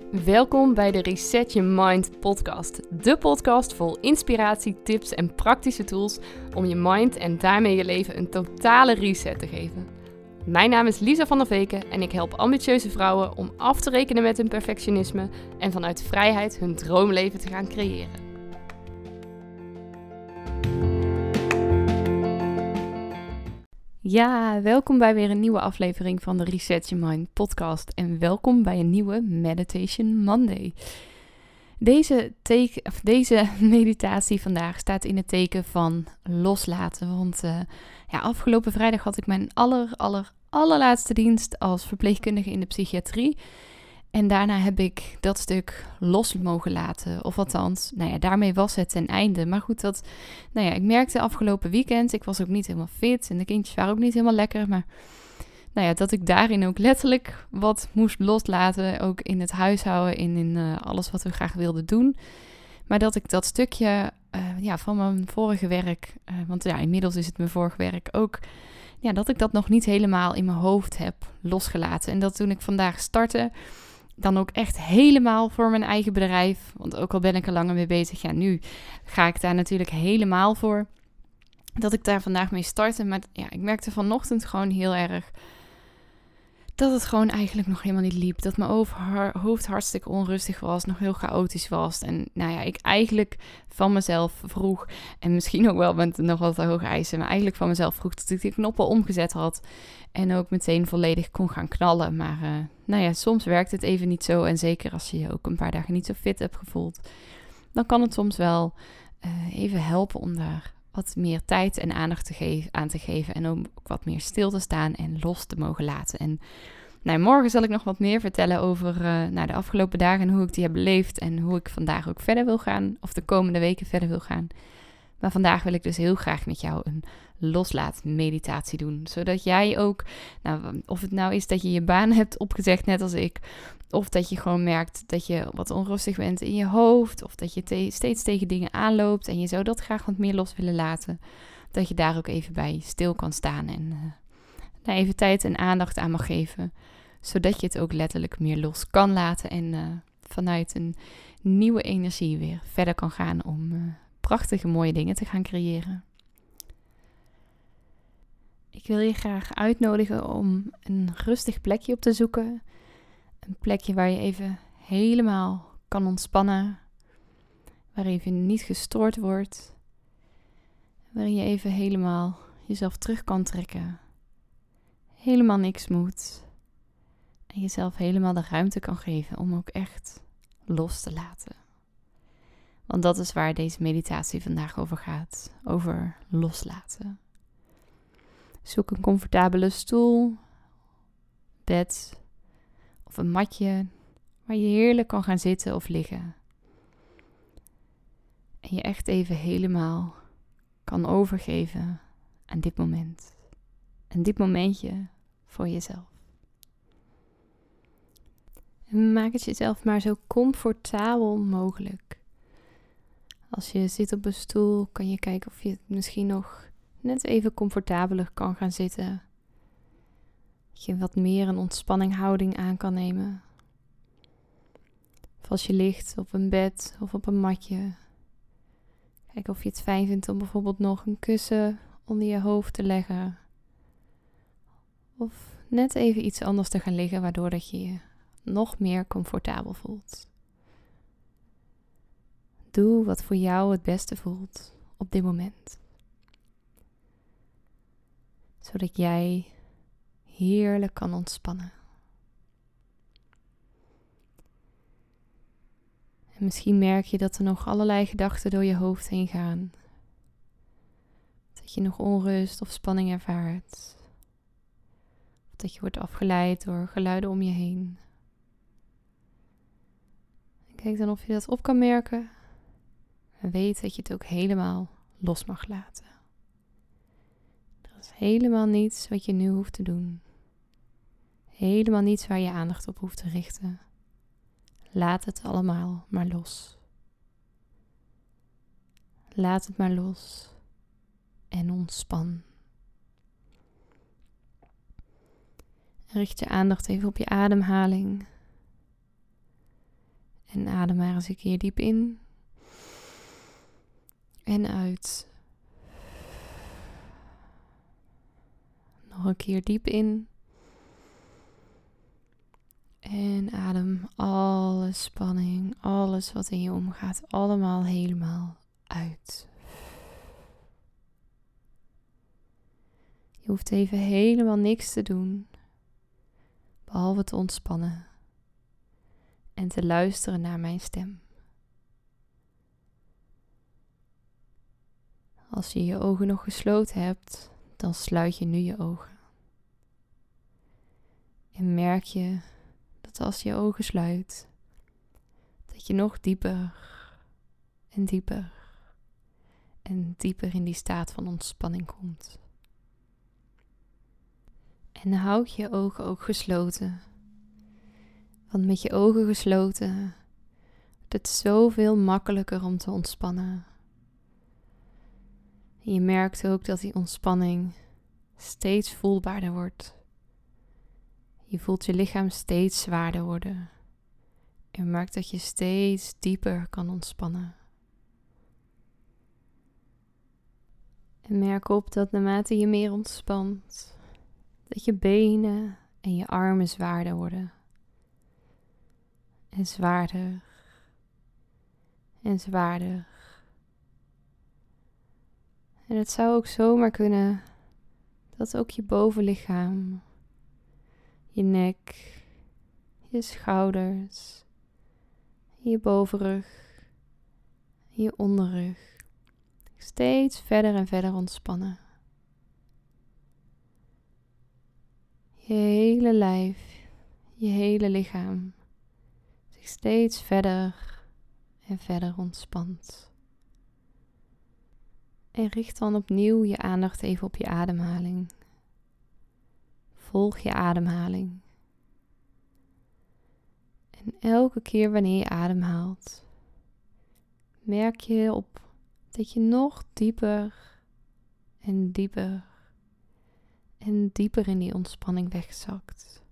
Welkom bij de Reset Your Mind podcast. De podcast vol inspiratie, tips en praktische tools om je mind en daarmee je leven een totale reset te geven. Mijn naam is Lisa van der Veken en ik help ambitieuze vrouwen om af te rekenen met hun perfectionisme en vanuit vrijheid hun droomleven te gaan creëren. Ja, welkom bij weer een nieuwe aflevering van de Reset Your Mind podcast en welkom bij een nieuwe Meditation Monday. Deze meditatie vandaag staat in het teken van loslaten, want afgelopen vrijdag had ik mijn allerlaatste dienst als verpleegkundige in de psychiatrie. En daarna heb ik dat stuk los mogen laten. Of althans, daarmee was het ten einde. Maar goed, ik merkte afgelopen weekend, ik was ook niet helemaal fit en de kindjes waren ook niet helemaal lekker. Maar dat ik daarin ook letterlijk wat moest loslaten. Ook in het huishouden en in alles wat we graag wilden doen. Maar dat ik dat stukje van mijn vorige werk, want inmiddels is het mijn vorige werk ook, dat ik dat nog niet helemaal in mijn hoofd heb losgelaten. En dat toen ik vandaag startte, dan ook echt helemaal voor mijn eigen bedrijf. Want ook al ben ik er langer mee bezig, nu ga ik daar natuurlijk helemaal voor. Dat ik daar vandaag mee startte. Maar ik merkte vanochtend gewoon heel erg dat het gewoon eigenlijk nog helemaal niet liep. Dat mijn hoofd hartstikke onrustig was, nog heel chaotisch was. En ik eigenlijk van mezelf vroeg, en misschien ook wel met nog wat te hoge eisen, maar eigenlijk van mezelf vroeg dat ik die knoppen omgezet had. En ook meteen volledig kon gaan knallen. Maar soms werkt het even niet zo. En zeker als je je ook een paar dagen niet zo fit hebt gevoeld, dan kan het soms wel even helpen om daar wat meer tijd en aandacht aan te geven. En ook wat meer stil te staan en los te mogen laten. En morgen zal ik nog wat meer vertellen over de afgelopen dagen en hoe ik die heb beleefd. En hoe ik vandaag ook verder wil gaan. Of de komende weken verder wil gaan. Maar vandaag wil ik dus heel graag met jou een loslaatmeditatie doen. Zodat jij ook, of het nou is dat je je baan hebt opgezegd net als ik. Of dat je gewoon merkt dat je wat onrustig bent in je hoofd. Of dat je steeds tegen dingen aanloopt en je zou dat graag wat meer los willen laten. Dat je daar ook even bij stil kan staan en even tijd en aandacht aan mag geven. Zodat je het ook letterlijk meer los kan laten en vanuit een nieuwe energie weer verder kan gaan om prachtige mooie dingen te gaan creëren. Ik wil je graag uitnodigen om een rustig plekje op te zoeken. Een plekje waar je even helemaal kan ontspannen. Waar je even niet gestoord wordt. Waarin je even helemaal jezelf terug kan trekken. Helemaal niks moet. En jezelf helemaal de ruimte kan geven om ook echt los te laten. Want dat is waar deze meditatie vandaag over gaat. Over loslaten. Zoek een comfortabele stoel, bed of een matje waar je heerlijk kan gaan zitten of liggen. En je echt even helemaal kan overgeven aan dit moment. En dit momentje voor jezelf. En maak het jezelf maar zo comfortabel mogelijk. Als je zit op een stoel, kan je kijken of je misschien nog net even comfortabeler kan gaan zitten. Dat je wat meer een ontspanninghouding aan kan nemen. Of als je ligt op een bed of op een matje. Kijk of je het fijn vindt om bijvoorbeeld nog een kussen onder je hoofd te leggen. Of net even iets anders te gaan liggen, waardoor dat je je nog meer comfortabel voelt. Doe wat voor jou het beste voelt op dit moment. Zodat jij heerlijk kan ontspannen. En misschien merk je dat er nog allerlei gedachten door je hoofd heen gaan. Dat je nog onrust of spanning ervaart. Of dat je wordt afgeleid door geluiden om je heen. En kijk dan of je dat op kan merken. En weet dat je het ook helemaal los mag laten. Er is helemaal niets wat je nu hoeft te doen. Helemaal niets waar je aandacht op hoeft te richten. Laat het allemaal maar los. Laat het maar los. En ontspan. En richt je aandacht even op je ademhaling. En adem maar eens een keer diep in. En uit. Nog een keer diep in. En adem alle spanning, alles wat in je omgaat, allemaal helemaal uit. Je hoeft even helemaal niks te doen, behalve te ontspannen en te luisteren naar mijn stem. Als je je ogen nog gesloten hebt, dan sluit je nu je ogen. En merk je dat als je je ogen sluit, dat je nog dieper en dieper en dieper in die staat van ontspanning komt. En houd je ogen ook gesloten. Want met je ogen gesloten wordt het zoveel makkelijker om te ontspannen. En je merkt ook dat die ontspanning steeds voelbaarder wordt. Je voelt je lichaam steeds zwaarder worden. En je merkt dat je steeds dieper kan ontspannen. En merk op dat naarmate je meer ontspant, dat je benen en je armen zwaarder worden. En zwaarder. En zwaarder. En het zou ook zomaar kunnen dat ook je bovenlichaam, je nek, je schouders, je bovenrug, je onderrug steeds verder en verder ontspannen. Je hele lijf, je hele lichaam zich steeds verder en verder ontspant. En richt dan opnieuw je aandacht even op je ademhaling. Volg je ademhaling. En elke keer wanneer je ademhaalt, merk je op dat je nog dieper en dieper en dieper in die ontspanning wegzakt.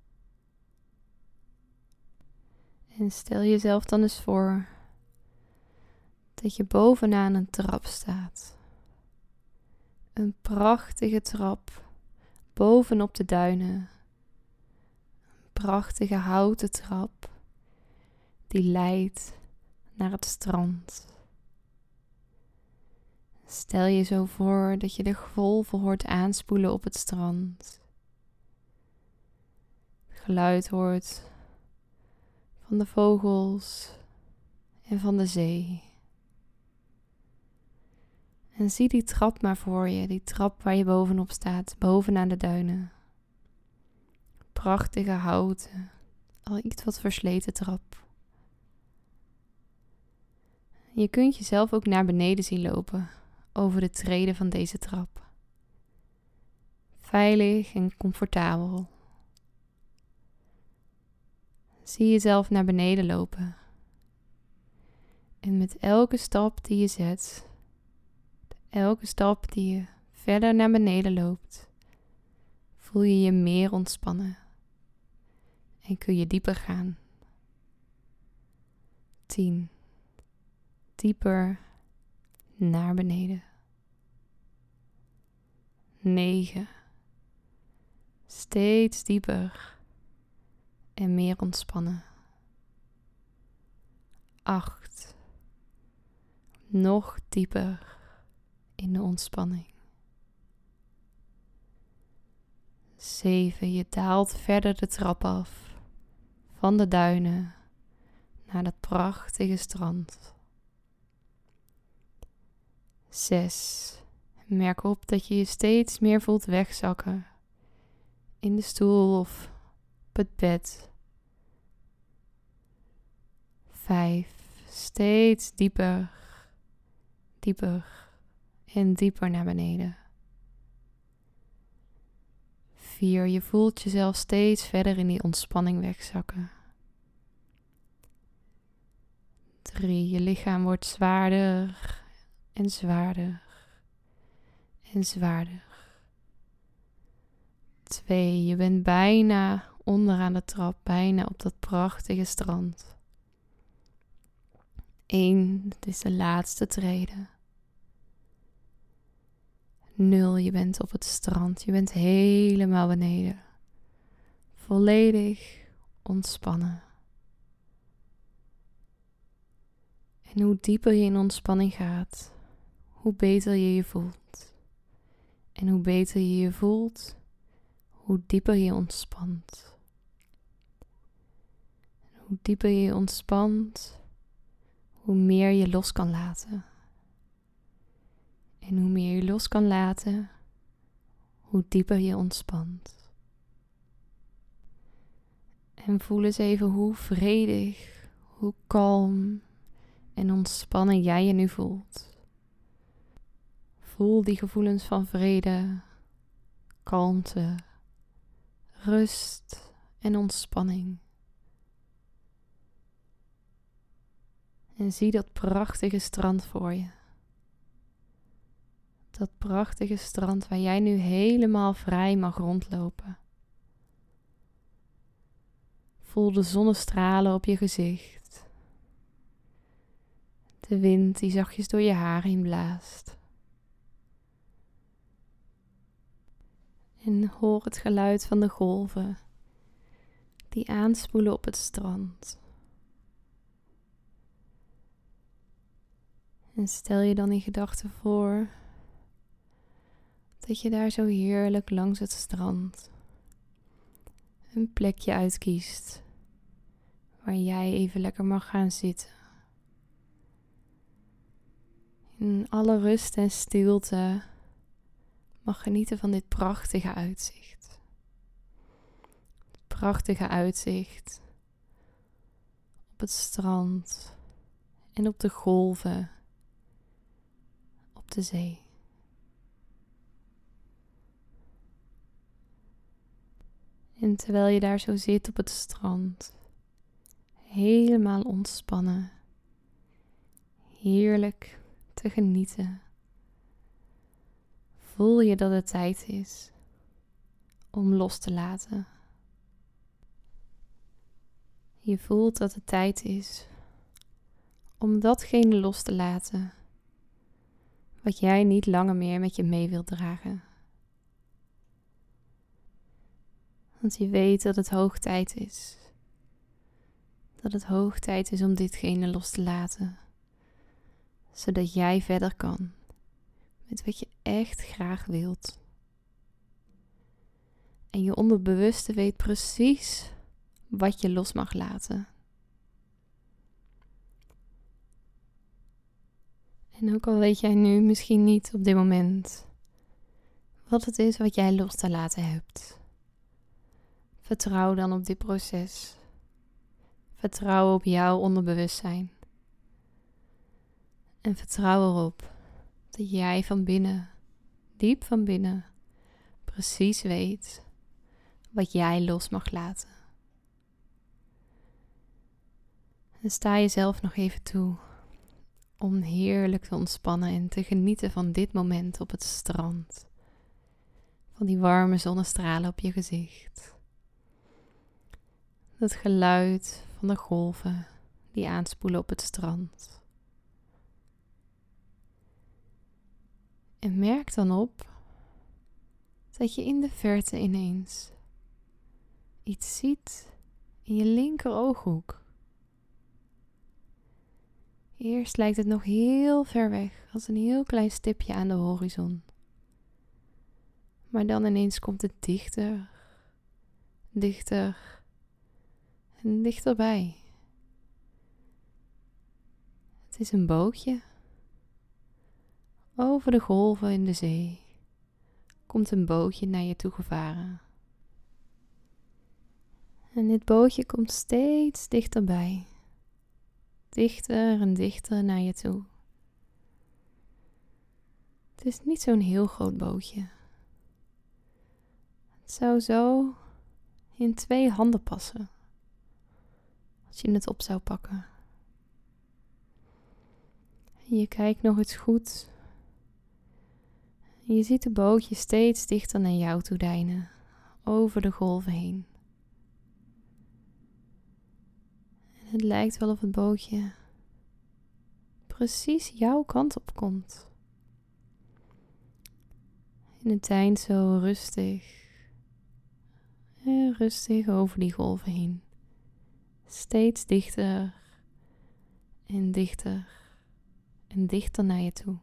En stel jezelf dan eens voor dat je bovenaan een trap staat. Een prachtige trap bovenop de duinen. Een prachtige houten trap die leidt naar het strand. Stel je zo voor dat je de golven hoort aanspoelen op het strand. Het geluid hoort van de vogels en van de zee. En zie die trap maar voor je, die trap waar je bovenop staat, bovenaan de duinen. Prachtige houten, al iets wat versleten trap. Je kunt jezelf ook naar beneden zien lopen, over de treden van deze trap. Veilig en comfortabel. Zie jezelf naar beneden lopen. En met elke stap die je zet, elke stap die je verder naar beneden loopt, voel je je meer ontspannen. En kun je dieper gaan. 10. Dieper naar beneden. 9. Steeds dieper en meer ontspannen. 8. Nog dieper in de ontspanning. 7. Je daalt verder de trap af van de duinen naar dat prachtige strand. 6. Merk op dat je je steeds meer voelt wegzakken in de stoel of op het bed. 5. Steeds dieper, dieper en dieper naar beneden. 4. Je voelt jezelf steeds verder in die ontspanning wegzakken. 3. Je lichaam wordt zwaarder en zwaarder en zwaarder. 2. Je bent bijna onderaan de trap, bijna op dat prachtige strand. 1, het is de laatste trede. 0, je bent op het strand. Je bent helemaal beneden. Volledig ontspannen. En hoe dieper je in ontspanning gaat, hoe beter je je voelt. En hoe beter je je voelt, hoe dieper je ontspant. Hoe dieper je ontspant, hoe meer je los kan laten. En hoe meer je los kan laten, hoe dieper je ontspant. En voel eens even hoe vredig, hoe kalm en ontspannen jij je nu voelt. Voel die gevoelens van vrede, kalmte, rust en ontspanning. En zie dat prachtige strand voor je. Dat prachtige strand waar jij nu helemaal vrij mag rondlopen. Voel de zonnestralen op je gezicht. De wind die zachtjes door je haar heen blaast. En hoor het geluid van de golven die aanspoelen op het strand. En stel je dan in gedachten voor dat je daar zo heerlijk langs het strand een plekje uitkiest waar jij even lekker mag gaan zitten. In alle rust en stilte mag genieten van dit prachtige uitzicht. Het prachtige uitzicht op het strand en op de golven op de zee. En terwijl je daar zo zit op het strand, helemaal ontspannen, heerlijk te genieten, voel je dat het tijd is om los te laten. Je voelt dat het tijd is om datgene los te laten wat jij niet langer meer met je mee wilt dragen. Want je weet dat het hoog tijd is. Dat het hoog tijd is om ditgene los te laten. Zodat jij verder kan met wat je echt graag wilt. En je onderbewuste weet precies wat je los mag laten. En ook al weet jij nu misschien niet op dit moment wat het is wat jij los te laten hebt. Vertrouw dan op dit proces. Vertrouw op jouw onderbewustzijn. En vertrouw erop dat jij van binnen, diep van binnen, precies weet wat jij los mag laten. En sta jezelf nog even toe om heerlijk te ontspannen en te genieten van dit moment op het strand. Van die warme zonnestralen op je gezicht. Het geluid van de golven die aanspoelen op het strand. En merk dan op dat je in de verte ineens iets ziet in je linker ooghoek. Eerst lijkt het nog heel ver weg, als een heel klein stipje aan de horizon. Maar dan ineens komt het dichter, dichter en dichterbij. Het is een bootje. Over de golven in de zee komt een bootje naar je toe gevaren. En dit bootje komt steeds dichterbij. Dichter en dichter naar je toe. Het is niet zo'n heel groot bootje. Het zou zo in 2 handen passen. Als je het op zou pakken. En je kijkt nog eens goed. En je ziet het bootje steeds dichter naar jou toe deinen. Over de golven heen. En het lijkt wel of het bootje precies jouw kant op komt. En het eind zo rustig en rustig over die golven heen. Steeds dichter en dichter en dichter naar je toe.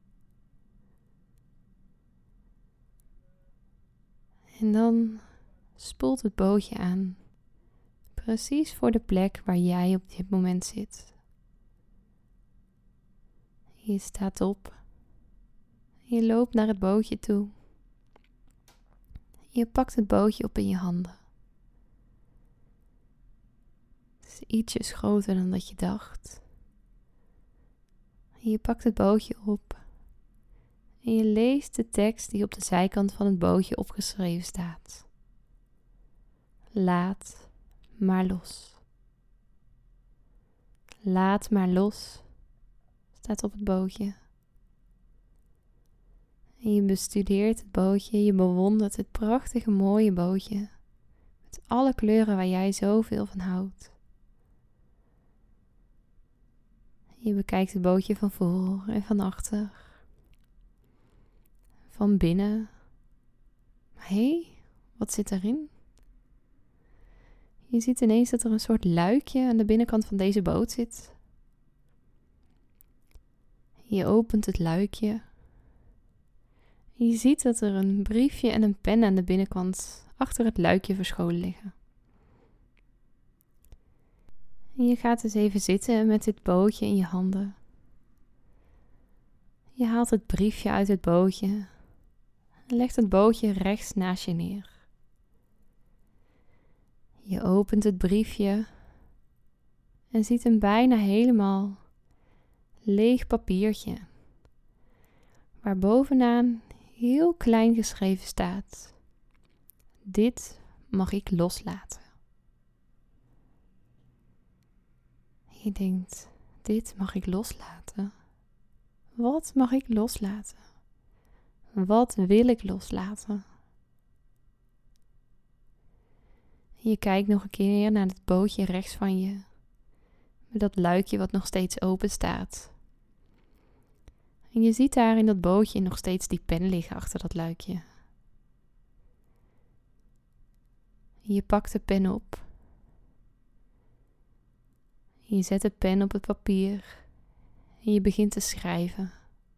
En dan spoelt het bootje aan, precies voor de plek waar jij op dit moment zit. Je staat op, je loopt naar het bootje toe. Je pakt het bootje op in je handen. Het is ietsjes groter dan dat je dacht. Je pakt het bootje op en je leest de tekst die op de zijkant van het bootje opgeschreven staat. Laat maar los. Laat maar los, staat op het bootje. En je bestudeert het bootje, je bewondert het prachtige mooie bootje. Met alle kleuren waar jij zoveel van houdt. Je bekijkt het bootje van voor en van achter. Van binnen. Maar hé, wat zit erin? Je ziet ineens dat er een soort luikje aan de binnenkant van deze boot zit. Je opent het luikje. Je ziet dat er een briefje en een pen aan de binnenkant achter het luikje verscholen liggen. En je gaat dus even zitten met dit bootje in je handen. Je haalt het briefje uit het bootje en legt het bootje rechts naast je neer. Je opent het briefje en ziet een bijna helemaal leeg papiertje, waar bovenaan heel klein geschreven staat: dit mag ik loslaten. Je denkt, dit mag ik loslaten. Wat mag ik loslaten? Wat wil ik loslaten? Je kijkt nog een keer naar het bootje rechts van je, met dat luikje wat nog steeds open staat. En je ziet daar in dat bootje nog steeds die pen liggen achter dat luikje. Je pakt de pen op. Je zet de pen op het papier en je begint te schrijven.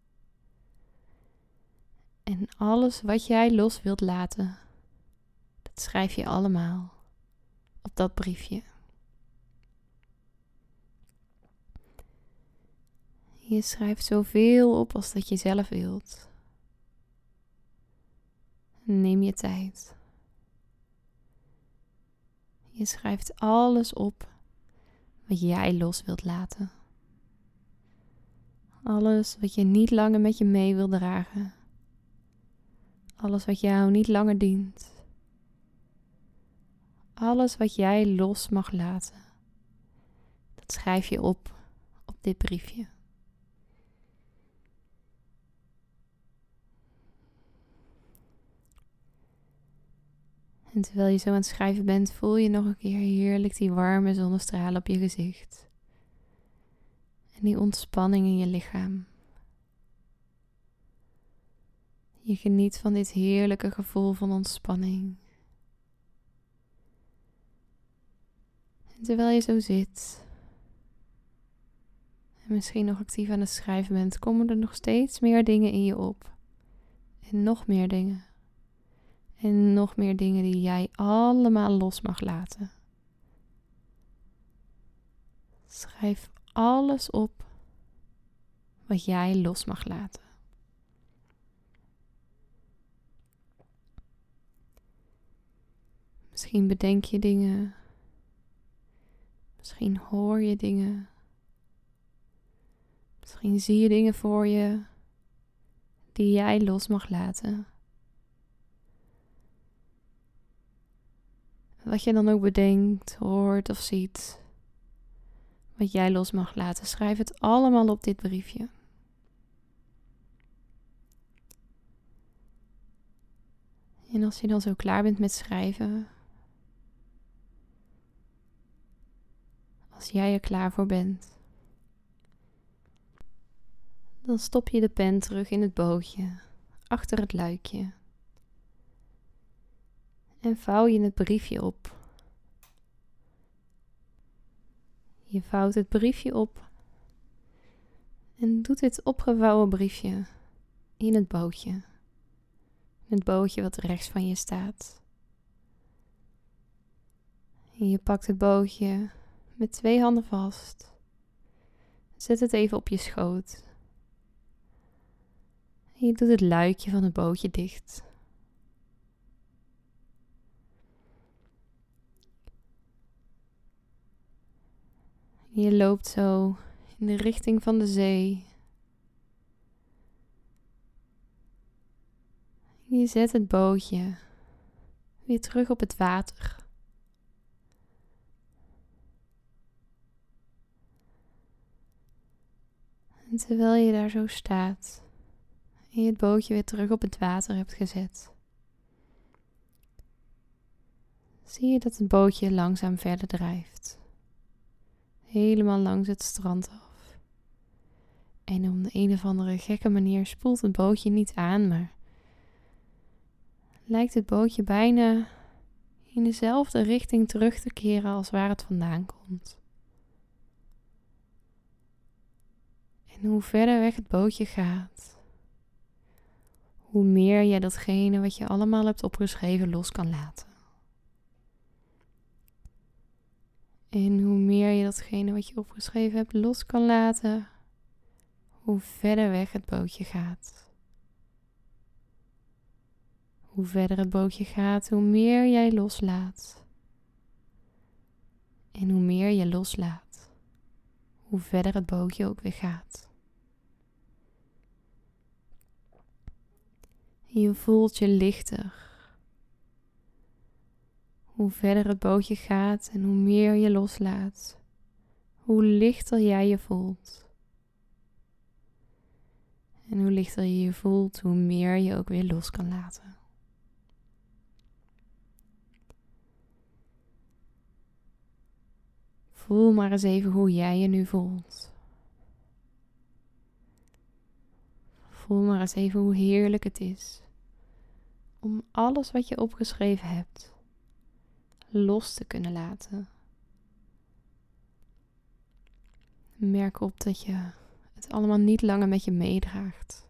En alles wat jij los wilt laten, dat schrijf je allemaal op dat briefje. Je schrijft zoveel op als dat je zelf wilt. Neem je tijd. Je schrijft alles op wat jij los wilt laten. Alles wat je niet langer met je mee wil dragen. Alles wat jou niet langer dient. Alles wat jij los mag laten. Dat schrijf je op dit briefje. En terwijl je zo aan het schrijven bent, voel je nog een keer heerlijk die warme zonnestralen op je gezicht. En die ontspanning in je lichaam. Je geniet van dit heerlijke gevoel van ontspanning. En terwijl je zo zit en misschien nog actief aan het schrijven bent, komen er nog steeds meer dingen in je op. En nog meer dingen. En nog meer dingen die jij allemaal los mag laten. Schrijf alles op wat jij los mag laten. Misschien bedenk je dingen. Misschien hoor je dingen. Misschien zie je dingen voor je die jij los mag laten. Wat je dan ook bedenkt, hoort of ziet, wat jij los mag laten, schrijf het allemaal op dit briefje. En als je dan zo klaar bent met schrijven, als jij er klaar voor bent, Dan stop je de pen terug in het bootje, achter het luikje. En vouw je het briefje op. Je vouwt het briefje op en doet dit opgevouwen briefje in het bootje. Het bootje wat rechts van je staat. En je pakt het bootje met 2 handen vast. Zet het even op je schoot. En je doet het luikje van het bootje dicht. Je loopt zo in de richting van de zee. Je zet het bootje weer terug op het water. En terwijl je daar zo staat en je het bootje weer terug op het water hebt gezet, zie je dat het bootje langzaam verder drijft. Helemaal langs het strand af. En op de een of andere gekke manier spoelt het bootje niet aan, maar lijkt het bootje bijna in dezelfde richting terug te keren als waar het vandaan komt. En hoe verder weg het bootje gaat, hoe meer jij datgene wat je allemaal hebt opgeschreven los kan laten. En hoe meer je datgene wat je opgeschreven hebt los kan laten, hoe verder weg het bootje gaat. Hoe verder het bootje gaat, hoe meer jij loslaat. En hoe meer je loslaat, hoe verder het bootje ook weer gaat. Je voelt je lichter. Hoe verder het bootje gaat en hoe meer je loslaat, hoe lichter jij je voelt. En hoe lichter je je voelt, hoe meer je ook weer los kan laten. Voel maar eens even hoe jij je nu voelt. Voel maar eens even hoe heerlijk het is om alles wat je opgeschreven hebt los te kunnen laten. Merk op dat je het allemaal niet langer met je meedraagt,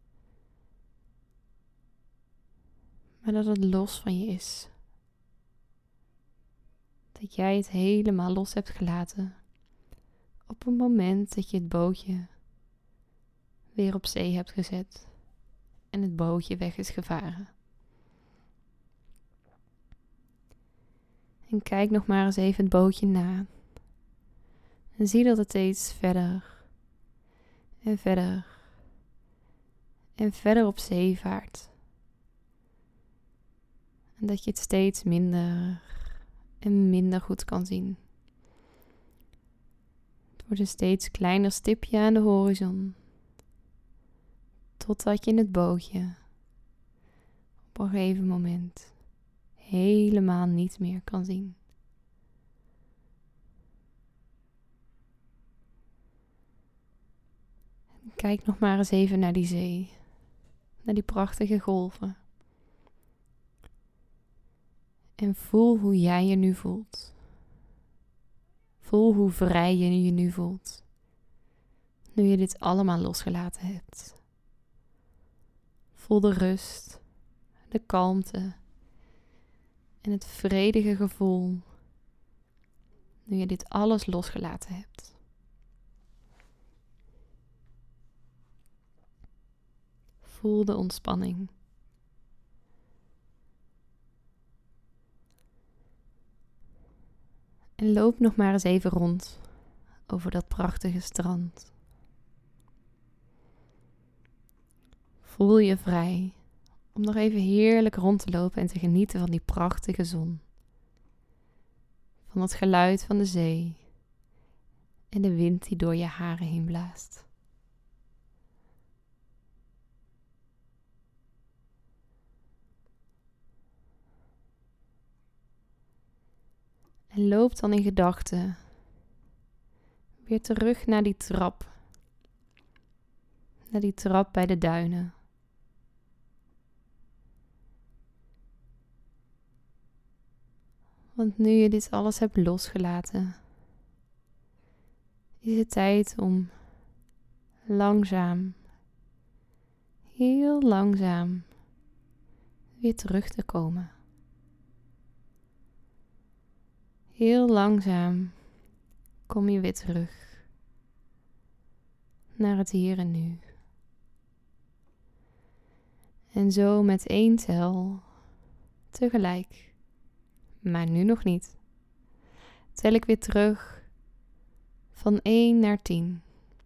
maar dat het los van je is. Dat jij het helemaal los hebt gelaten op het moment dat je het bootje weer op zee hebt gezet en het bootje weg is gevaren. En kijk nog maar eens even het bootje na. En zie dat het steeds verder en verder en verder op zee vaart. En dat je het steeds minder en minder goed kan zien. Het wordt een steeds kleiner stipje aan de horizon. Totdat je in het bootje op een gegeven moment helemaal niet meer kan zien. Kijk nog maar eens even naar die zee, naar die prachtige golven. En voel hoe jij je nu voelt. Voel hoe vrij je je nu voelt, nu je dit allemaal losgelaten hebt. Voel de rust, de kalmte en het vredige gevoel, nu je dit alles losgelaten hebt. Voel de ontspanning. En loop nog maar eens even rond over dat prachtige strand. Voel je vrij om nog even heerlijk rond te lopen en te genieten van die prachtige zon. Van het geluid van de zee en de wind die door je haren heen blaast. En loop dan in gedachten weer terug naar die trap. naar die trap bij de duinen. Want nu je dit alles hebt losgelaten, is het tijd om langzaam, heel langzaam, weer terug te komen. Heel langzaam kom je weer terug naar het hier en nu. En zo met 1 tel tegelijk, maar nu nog niet, tel ik weer terug van 1 naar 10.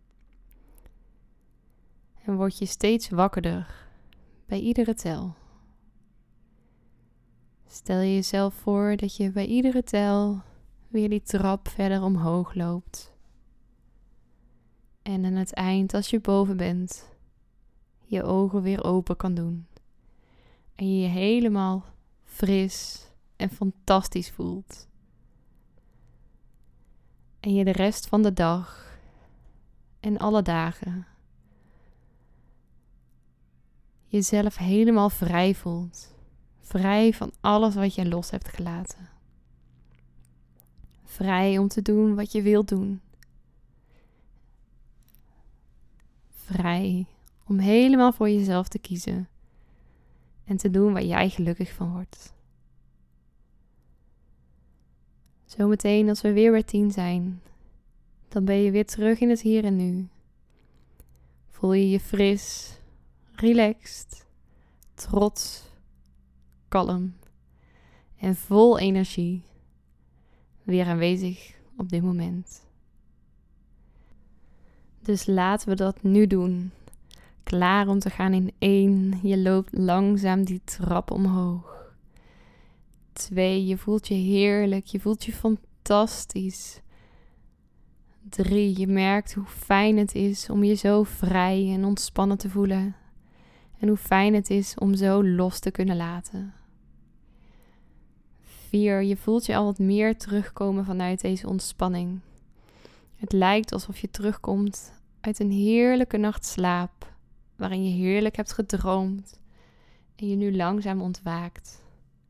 En word je steeds wakkerder bij iedere tel. Stel je jezelf voor dat je bij iedere tel weer die trap verder omhoog loopt. En aan het eind, als je boven bent, je ogen weer open kan doen. En je je helemaal fris en fantastisch voelt. En je de rest van de dag en alle dagen jezelf helemaal vrij voelt. Vrij van alles wat je los hebt gelaten. Vrij om te doen wat je wilt doen. Vrij om helemaal voor jezelf te kiezen. En te doen waar jij gelukkig van wordt. Zometeen als we weer bij 10 zijn, dan ben je weer terug in het hier en nu. Voel je je fris, relaxed, trots, kalm en vol energie weer aanwezig op dit moment. Dus laten we dat nu doen. Klaar om te gaan in 1. Je loopt langzaam die trap omhoog. 2. Je voelt je heerlijk. Je voelt je fantastisch. 3. Je merkt hoe fijn het is om je zo vrij en ontspannen te voelen. En hoe fijn het is om zo los te kunnen laten. 4. Je voelt je al wat meer terugkomen vanuit deze ontspanning. Het lijkt alsof je terugkomt uit een heerlijke nachtslaap, waarin je heerlijk hebt gedroomd en je nu langzaam ontwaakt.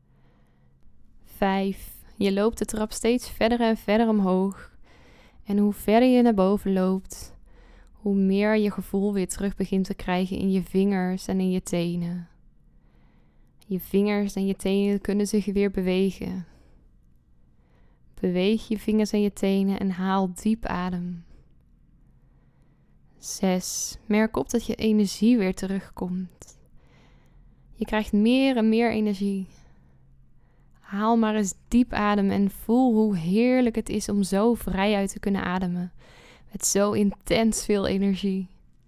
5. Je loopt de trap steeds verder en verder omhoog. En hoe verder je naar boven loopt, hoe meer je gevoel weer terug begint te krijgen in je vingers en in je tenen. Je vingers en je tenen kunnen zich weer bewegen. Beweeg je vingers en je tenen en haal diep adem. 6. Merk op dat je energie weer terugkomt. Je krijgt meer en meer energie. Haal maar eens diep adem en voel hoe heerlijk het is om zo vrij uit te kunnen ademen. Met zo intens veel energie.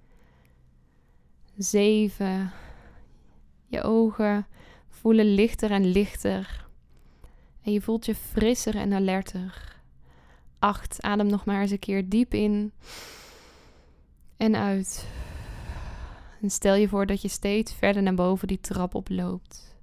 7. Je ogen voelen lichter en lichter. En je voelt je frisser en alerter. 8. Adem nog maar eens een keer diep in en uit. En stel je voor dat je steeds verder naar boven die trap oploopt.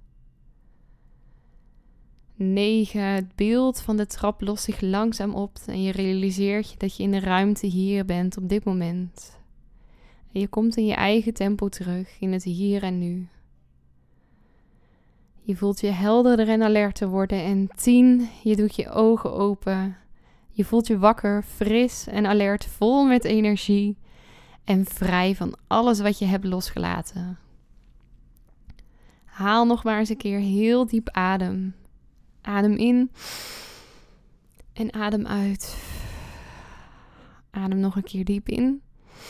9. Het beeld van de trap lost zich langzaam op en je realiseert je dat je in de ruimte hier bent op dit moment. En je komt in je eigen tempo terug, in het hier en nu. Je voelt je helderder en alerter worden. En 10, je doet je ogen open. Je voelt je wakker, fris en alert, vol met energie. En vrij van alles wat je hebt losgelaten. Haal nog maar eens een keer heel diep adem. Adem in. En adem uit. Adem nog een keer diep in.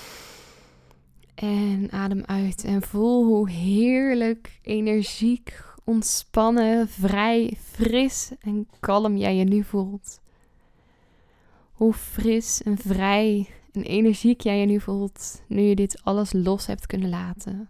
En adem uit. En voel hoe heerlijk, energiek, ontspannen, vrij, fris en kalm jij je nu voelt. Hoe fris en vrij en energiek jij je nu voelt, nu je dit alles los hebt kunnen laten.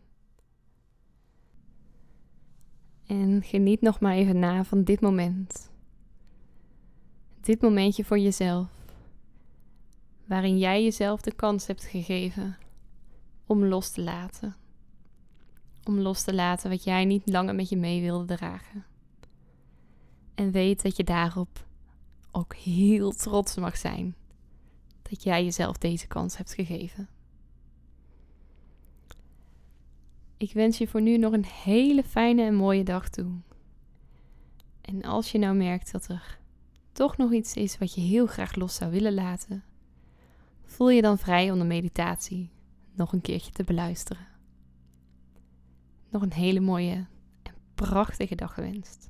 En geniet nog maar even na van dit moment. Dit momentje voor jezelf. Waarin jij jezelf de kans hebt gegeven om los te laten. Om los te laten wat jij niet langer met je mee wilde dragen. En weet dat je daarop ook heel trots mag zijn. Dat jij jezelf deze kans hebt gegeven. Ik wens je voor nu nog een hele fijne en mooie dag toe. En als je nou merkt dat er toch nog iets is wat je heel graag los zou willen laten, voel je dan vrij om de meditatie nog een keertje te beluisteren. Nog een hele mooie en prachtige dag gewenst.